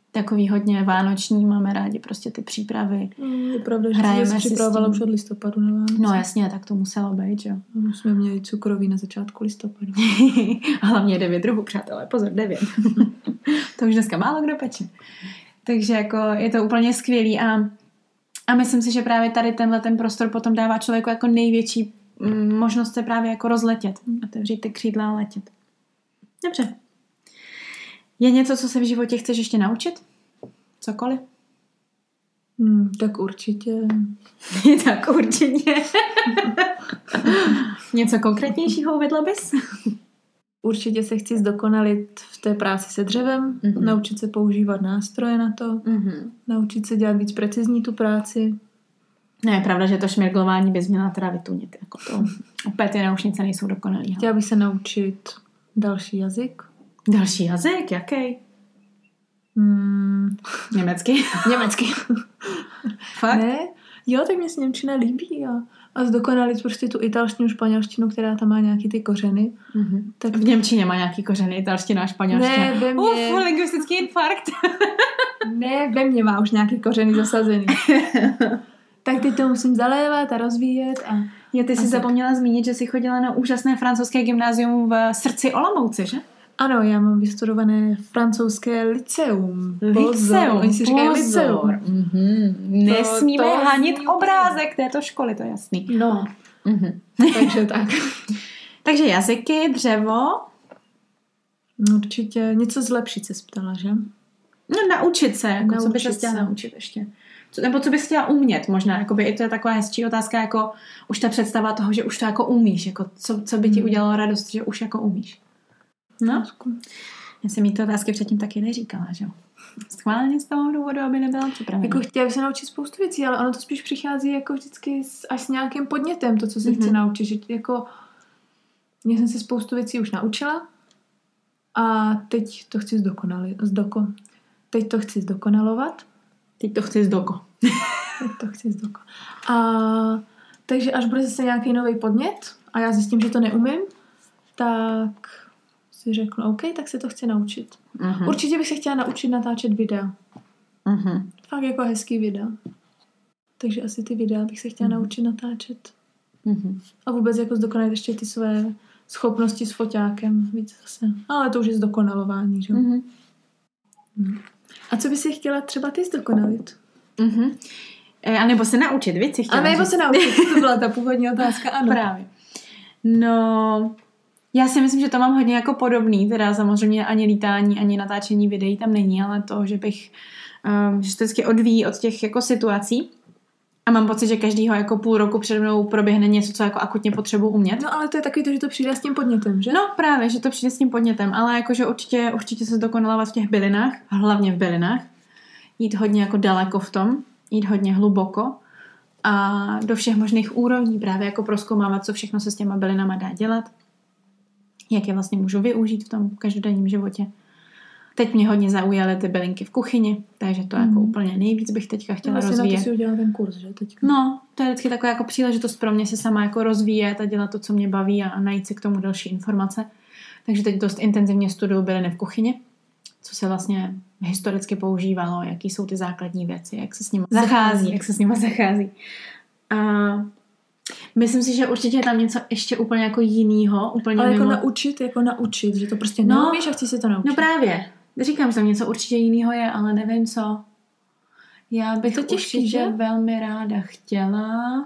takový hodně vánoční, máme rádi prostě ty přípravy. Mm, je pravda, že jsi připravovala už od listopadu na Vánoce. No jasně, tak to muselo být, jo. My jsme měli cukroví na začátku listopadu. Hlavně devět druhů, přátelé, pozor, devět. To už dneska málo kdo peče. Takže jako je to úplně skvělý a, a myslím si, že právě tady tenhle ten prostor potom dává člověku jako největší mm, možnost se právě jako rozletět. Otevřít ty křídla a letět. Dobře. Je něco, co se v životě chceš ještě naučit? Cokoliv? Hmm, tak určitě. tak určitě. Něco konkrétnějšího uvedla bys? Určitě se chci zdokonalit v té práci se dřevem, mm-hmm. naučit se používat nástroje na to, mm-hmm. naučit se dělat víc precizní tu práci. Ne, je pravda, že to šmirglování bys měla teda vytunit. Jako to, opět ty náušnice nejsou dokonalý. Chtěla bych se naučit další jazyk. Další jazyk? Jaký? Hmm. Německý? Německý. Fakt? Ne? Jo, tak mě se němčina líbí a, a zdokonalit prostě tu italštinu, španělštinu, která tam má nějaký ty kořeny. Mm-hmm. Tak v němčině má nějaký kořeny, italština a španělština. Ne, ve mně... Uf, lingvistický infarkt. Ne, ve mně má už nějaký kořeny zasazený. Tak teď to musím zalévat a rozvíjet. A, jo, ty jsi a zapomněla zmínit, že jsi chodila na úžasné francouzské gymnázium v srdci Olomouce, že? Ano, já mám vystudované francouzské liceum. Liceum, Oni si říkají liceum. Mm-hmm. Nesmíme to hanit zní obrázek této školy, to je jasný. No, mm-hmm. takže tak. Takže jazyky, dřevo. Určitě něco zlepšit se ptala, že? No naučit se, jako naučit co bys se chtěla naučit ještě. Co, nebo co bys chtěla umět možná, jakoby i to je taková hezčí otázka, jako už ta představa toho, že už to jako umíš, jako co, co by ti udělalo radost, že už jako umíš. No, já jsem jí ty otázky předtím taky neříkala, že jo. Schválně z toho důvodu, aby nebyla připravená. Jako chtěla bych se naučit spoustu věcí, ale ono to spíš přichází jako vždycky s, až s nějakým podnětem, to, co se mm-hmm. chci naučit. Že jako, já jsem se spoustu věcí už naučila a teď to chci zdokonalit. Zdoko. Teď to chci zdokonalovat. Teď to chci zdoko. Teď to chci zdoko. A takže až bude zase nějaký nový podnět a já zjistím, že to neumím, tak si řeknu, OK, tak se to chci naučit. Uh-huh. Určitě bych se chtěla naučit natáčet videa. Uh-huh. Fakt jako hezký videa. Takže asi ty videa bych se chtěla uh-huh. naučit natáčet. Uh-huh. A vůbec jako zdokonalit ještě ty své schopnosti s foťákem. Víc zase. Ale to už je zdokonalování, že? Uh-huh. Uh-huh. A co by si chtěla třeba ty zdokonalit? Uh-huh. E, a nebo se naučit, víc si chtěla. A nebo se naučit, to byla ta původní otázka, ano. Právě. No... Já si myslím, že to mám hodně jako podobný, teda samozřejmě ani lítání, ani natáčení videí tam není, ale to, že bych, um, že se to vždycky odvíjí od těch jako situací a mám pocit, že každýho jako půl roku přede mnou proběhne něco, co jako akutně potřebuji umět. No ale to je takový to, že to přijde s tím podnětem, že? No právě, že to přijde s tím podnětem, ale jakože určitě, určitě se zdokonalovat v těch bylinách, hlavně v bylinách, jít hodně jako daleko v tom, jít hodně hluboko a do všech možných úrovní právě jako prozkoumávat, co všechno se s těma bylinama dá dělat. Jak je vlastně můžu využít v tom každodenním životě. Teď mě hodně zaujaly ty bylinky v kuchyni, takže to mm. jako úplně nejvíc bych teďka chtěla vlastně rozvíjet. Vlastně na to si udělala ten kurz, že teďka? No, to je vždycky taková jako příležitost pro mě se sama jako rozvíjet a dělat to, co mě baví a, a najít si k tomu další informace. Takže teď dost intenzivně studuju byliny v kuchyni, co se vlastně historicky používalo, jaký jsou ty základní věci, jak se s nimi zachází, zachází. jak se s nimi zachází. A myslím si, že určitě je tam něco ještě úplně jako jinýho, úplně ale mimo. jako naučit, jako naučit, že to prostě no, neumíš a chci se to naučit. No právě. Říkám, že tam něco určitě jinýho je, ale nevím co. Já bych to těžký, určitě že? velmi ráda chtěla.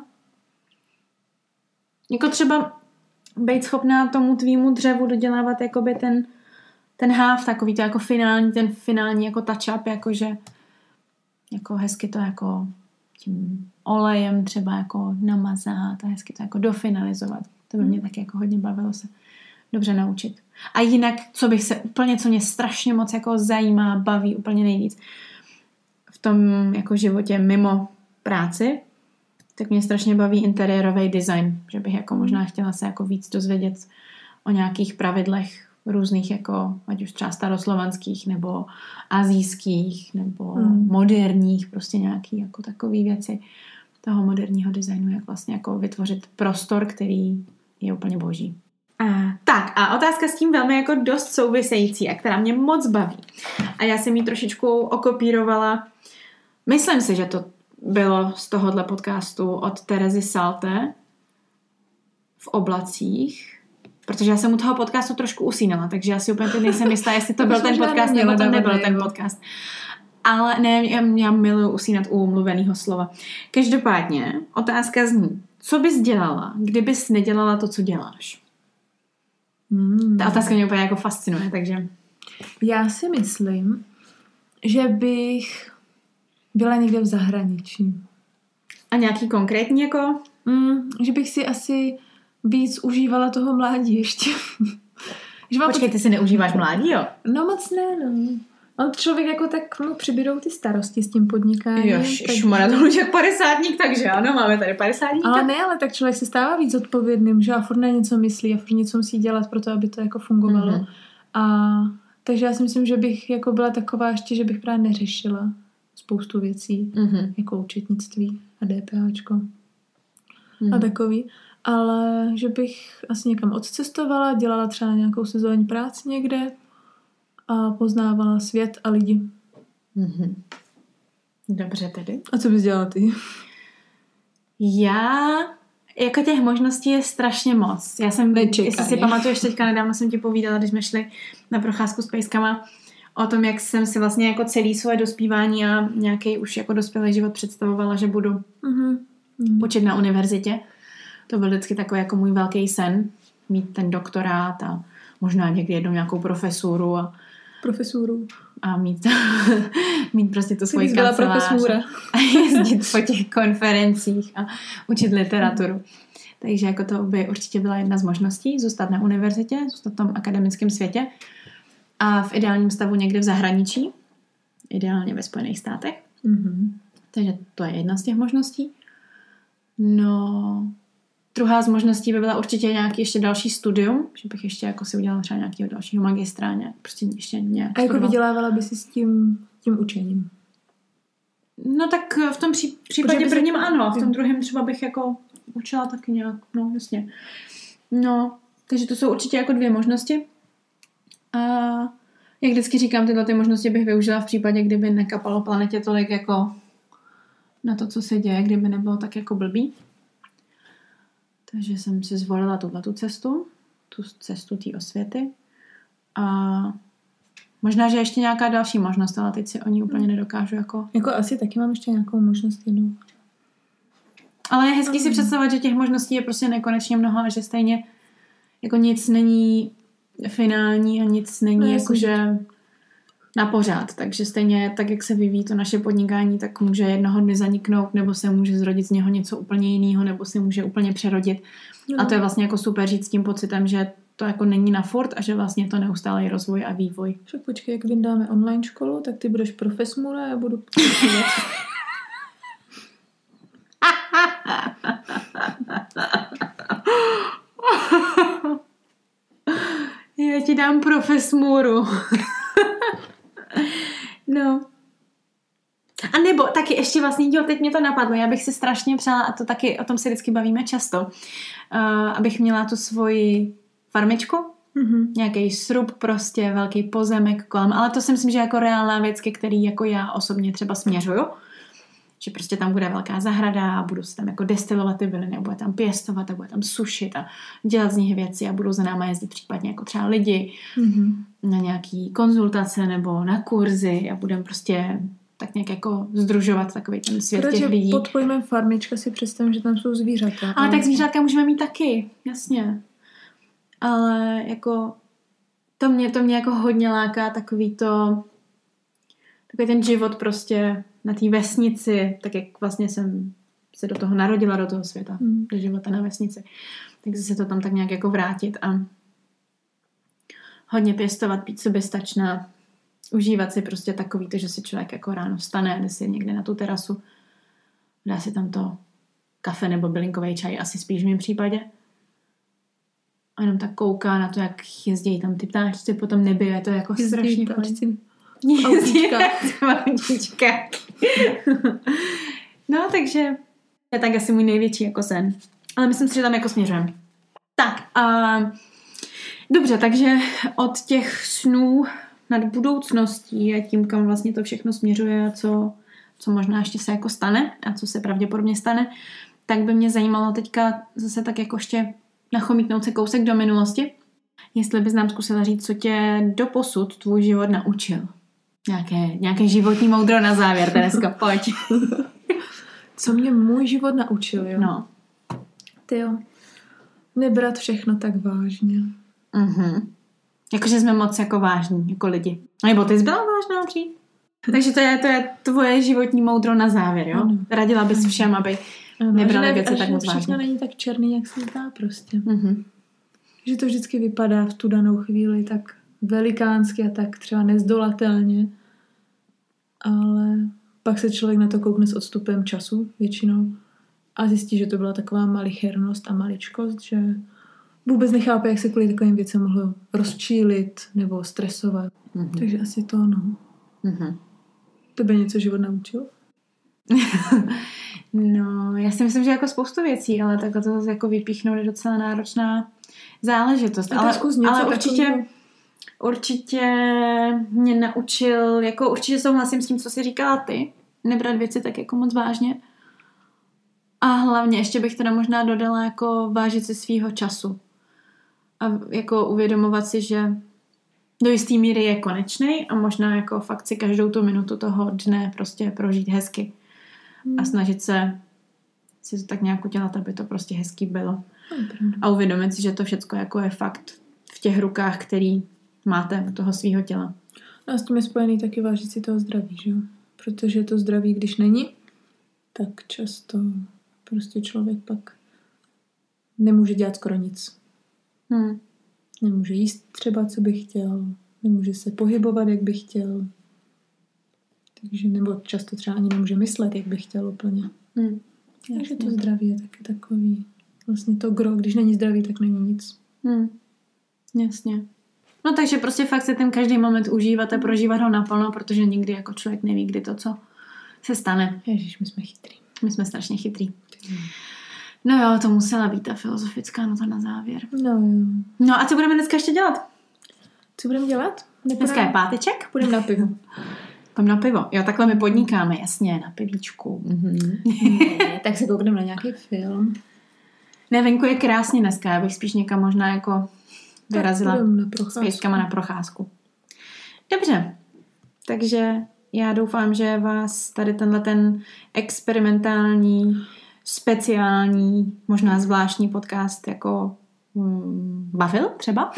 Jako třeba být schopná tomu tvýmu dřevu dodělávat jakoby ten, ten háv, takový to jako finální, ten finální jako touch-up, jakože jako hezky to jako tím olejem třeba jako namazat a hezky to jako dofinalizovat. To by mě taky jako hodně bavilo se dobře naučit. A jinak, co bych se úplně, co mě strašně moc jako zajímá, baví úplně nejvíc v tom jako životě mimo práci, tak mě strašně baví interiérový design, že bych jako možná chtěla se jako víc dozvědět o nějakých pravidlech různých jako, ať už třeba staroslovanských, nebo asijských, nebo mm. moderních, prostě nějaký jako takový věci toho moderního designu, jak vlastně jako vytvořit prostor, který je úplně boží. A, tak a otázka s tím velmi jako dost související a která mě moc baví. A já jsem ji trošičku okopírovala. Myslím si, že to bylo z tohohle podcastu od Terezy Salte v oblacích, protože já jsem u toho podcastu trošku usínala, takže já si úplně nejsem jistá, jestli to byl ten podcast nebo to nebyl ten podcast. Ale ne, já, já miluji usínat u mluveného slova. Každopádně otázka zní, co bys dělala, kdybys nedělala to, co děláš? Hmm. Ta otázka mě úplně jako fascinuje, takže... Já si myslím, že bych byla někde v zahraničí. A nějaký konkrétní jako? Mm, že bych si asi víc užívala toho mládí ještě. že Počkej, ty si neužíváš mládí, jo? No moc ne, no. On člověk jako tak mu přibydou ty starosti s tím podnikáním. Jož, tak... šmora, to už jak padesátník, takže ano, máme tady padesátníka. Ale ne, ale tak člověk se stává víc odpovědným, že a furt na něco myslí a furt něco musí dělat pro to, aby to jako fungovalo. Mm-hmm. A takže já si myslím, že bych jako byla taková ještě, že bych právě neřešila spoustu věcí, mm-hmm. jako účetnictví a DPAčko mm-hmm. a takový. Ale že bych asi někam odcestovala, dělala třeba nějakou sezónní práci někde a poznávala svět a lidi. Mm-hmm. Dobře tedy. A co bys dělala ty? Já, jako těch možností je strašně moc. Já jsem, Nečekaně. Jestli si pamatuješ, teďka nedávno jsem ti povídala, když jsme šli na procházku s pejskama, o tom, jak jsem si vlastně jako celý svoje dospívání a nějaký už jako dospělý život představovala, že budu mm-hmm. počet na univerzitě. To byl vždycky takový jako můj velký sen, mít ten doktorát a možná někdy jednou nějakou profesuru a profesuru a mít, mít prostě to svoji kancelář a jezdit po těch konferencích a učit literaturu. Takže jako to by určitě byla jedna z možností, zůstat na univerzitě, zůstat v tom akademickém světě a v ideálním stavu někde v zahraničí, ideálně ve Spojených státech. Mm-hmm. Takže to je jedna z těch možností. No, druhá z možností by byla určitě nějaký ještě další studium, že bych ještě jako si udělala třeba nějakého dalšího magistra, nějak, prostě ještě nějak. A jako vydělávala by si s tím, tím učením? No tak v tom pří, případě prvním si... ano, a v tom druhém třeba bych jako učila taky nějak, no jasně. No, takže to jsou určitě jako dvě možnosti. A jak vždycky říkám, tyhle ty možnosti bych využila v případě, kdyby nekapalo planetě tolik jako na to, co se děje, kdyby nebylo tak jako blbý. Takže jsem si zvolila tuhletu cestu, tu cestu té osvěty. A možná, že ještě nějaká další možnost, ale teď si o ní úplně nedokážu jako... Jako asi taky mám ještě nějakou možnost jednou. Ale je hezký si představovat, že těch možností je prostě nekonečně mnoho a že stejně jako nic není finální a nic není no, jakože na pořád. Takže stejně tak, jak se vyvíjí to naše podnikání, tak může jednoho dne zaniknout, nebo se může zrodit z něho něco úplně jiného, nebo se může úplně přerodit. No. A to je vlastně jako super žít s tím pocitem, že to jako není na furt a že vlastně to neustálý rozvoj a vývoj. Však počkej, jak vyndáme online školu, tak ty budeš profesmura a já budu Já ti dám profesmuru. No. A nebo taky ještě vlastně, jo, teď mě to napadlo, já bych si strašně přála, a to taky, o tom se vždycky bavíme často, uh, abych měla tu svoji farmičku, mm-hmm. nějaký srub prostě, velký pozemek kolem, ale to si myslím, že jako reálná věc, ke který jako já osobně třeba směřuju, že prostě tam bude velká zahrada a budu se tam jako destilovat ty byliny a bude tam pěstovat a bude tam sušit a dělat z nich věci a budou za náma jezdit případně jako třeba lidi mm-hmm. na nějaký konzultace nebo na kurzy a budeme prostě tak nějak jako združovat takový ten svět Protože těch lidí. Pod pojmem farmička si představím, že tam jsou zvířata. Ale tak zvířátka můžeme mít taky, jasně. Ale jako to mě, to mě jako hodně láká takový to takový ten život prostě na té vesnici, tak jak vlastně jsem se do toho narodila, do toho světa, mm. do života na vesnici. Tak se to tam tak nějak jako vrátit a hodně pěstovat, být soběstačná, užívat si prostě takový to, že si člověk jako ráno vstane, jde si někde na tu terasu, dá si tam to kafe nebo bylinkový čaj, asi spíš v mém případě. A jenom tak kouká na to, jak jezdí tam ty ptáčci po tom nebi, je to jako jezdí strašně ptáčci. Autíčka. No, takže je tak asi můj největší jako sen. Ale myslím si, že tam jako směřujeme. Tak, a Dobře, takže od těch snů nad budoucností a tím, kam vlastně to všechno směřuje a co, co možná ještě se jako stane a co se pravděpodobně stane, tak by mě zajímalo teďka zase tak jako ještě nachomítnout se kousek do minulosti. Jestli bys nám zkusila říct, co tě doposud tvůj život naučil. Nějaké, nějaké životní moudro na závěr, Teresko, pojď. Co mě můj život naučil, jo? No. Ty jo. Nebrat všechno tak vážně. Mhm. Jakože jsme moc jako vážní, jako lidi. Nebo ty jsi byla vážná přijít? Takže to je, to je tvoje životní moudro na závěr, jo? Ano. Radila bys všem, aby ano, nebrali ne, věci tak moc vážně. Všechno není tak černý, jak se zdá prostě. Mhm. Že to vždycky vypadá v tu danou chvíli tak velikánsky a tak třeba nezdolatelně. Ale pak se člověk na to koukne s odstupem času většinou a zjistí, že to byla taková malichernost a maličkost, že vůbec nechápe, jak se kvůli takovým věcem mohlo rozčílit nebo stresovat. Mm-hmm. Takže asi to ono. Mm-hmm. Tebe něco život naučil? No, já si myslím, že jako spoustu věcí, ale takhle to jako vypíchnout je docela náročná záležitost. Ale, ale určitě, takový... určitě mě naučil, jako určitě souhlasím s tím, co jsi říkala ty, nebrat věci tak jako moc vážně. A hlavně ještě bych teda možná dodala jako vážit si svýho času. A jako uvědomovat si, že do jistý míry je konečnej a možná jako fakt si každou tu minutu toho dne prostě prožít hezky. Hmm. A snažit se si to tak nějak udělat, aby to prostě hezký bylo. Hmm. A uvědomit si, že to všecko jako je fakt v těch rukách, který máte u toho svýho těla. A s tím je spojený taky vážit si toho zdraví, že jo? Protože to zdraví, když není, tak často prostě člověk pak nemůže dělat skoro nic. Hmm. Nemůže jíst třeba, co by chtěl. Nemůže se pohybovat, jak by chtěl. Takže nebo často třeba ani nemůže myslet, jak by chtěl úplně. Hmm. Takže to zdraví je taky takový. Vlastně to gro, když není zdraví, tak není nic. Hmm. Jasně. No takže prostě fakt se ten každý moment užívat a prožívat ho naplno, protože nikdy jako člověk neví, kdy to, co se stane. Ježiš, my jsme chytrý. My jsme strašně chytrý. Hmm. No jo, to musela být ta filozofická nota na závěr. No jo. No a co budeme dneska ještě dělat? Co budeme dělat? Nepůjdem... Dneska je páteček. Půjdeme na pivo. Půjdeme na pivo. Jo, takhle my podnikáme, jasně, na pivíčku. Mm-hmm. Ne, tak se koukneme na nějaký film. Ne, venku je krásně dneska, já bych spíš někam možná jako vyrazila s pejskama na procházku. Dobře, takže já doufám, že vás tady tenhle ten experimentální, speciální, možná zvláštní podcast jako hmm, bavil třeba.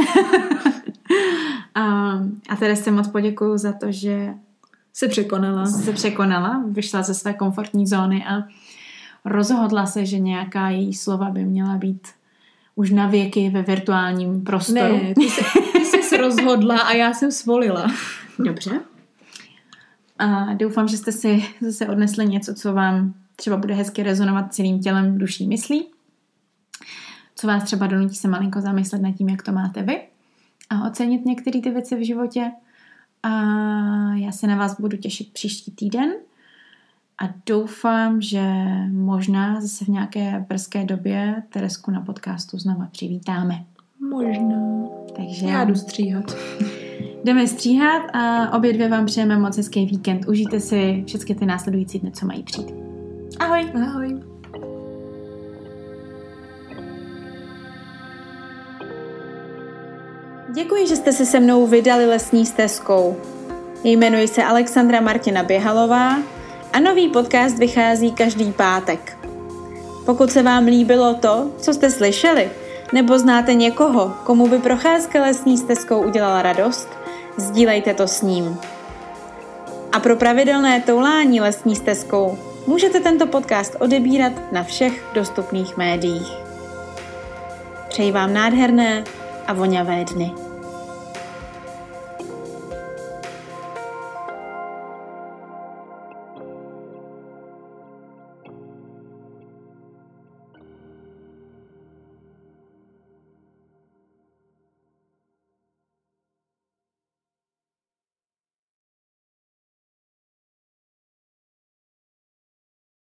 a, a tedy se moc poděkuju za to, že se překonala. Se překonala, vyšla ze své komfortní zóny a rozhodla se, že nějaká její slova by měla být už na věky ve virtuálním prostoru. Ne, ty, se, ty jsi rozhodla a já jsem svolila. Dobře. A doufám, že jste si zase odnesli něco, co vám třeba bude hezky rezonovat celým tělem, duší, myslí. Co vás třeba donutí se malinko zamyslet nad tím, jak to máte vy. A ocenit některé ty věci v životě. A já se na vás budu těšit příští týden. A doufám, že možná zase v nějaké brzké době Teresku na podcastu znova přivítáme. Možná. Takže já jdu stříhat. Jdeme stříhat a obě dvě vám přejeme moc hezký víkend. Užijte si všechny ty následující dny, co mají přijít. Ahoj. Ahoj. Děkuji, že jste se se mnou vydali lesní stezkou. Jmenuji se Alexandra Martina Běhalová a nový podcast vychází každý pátek. Pokud se vám líbilo to, co jste slyšeli, nebo znáte někoho, komu by procházka lesní stezkou udělala radost, sdílejte to s ním. A pro pravidelné toulání lesní stezkou můžete tento podcast odebírat na všech dostupných médiích. Přeji vám nádherné a voňavé dny.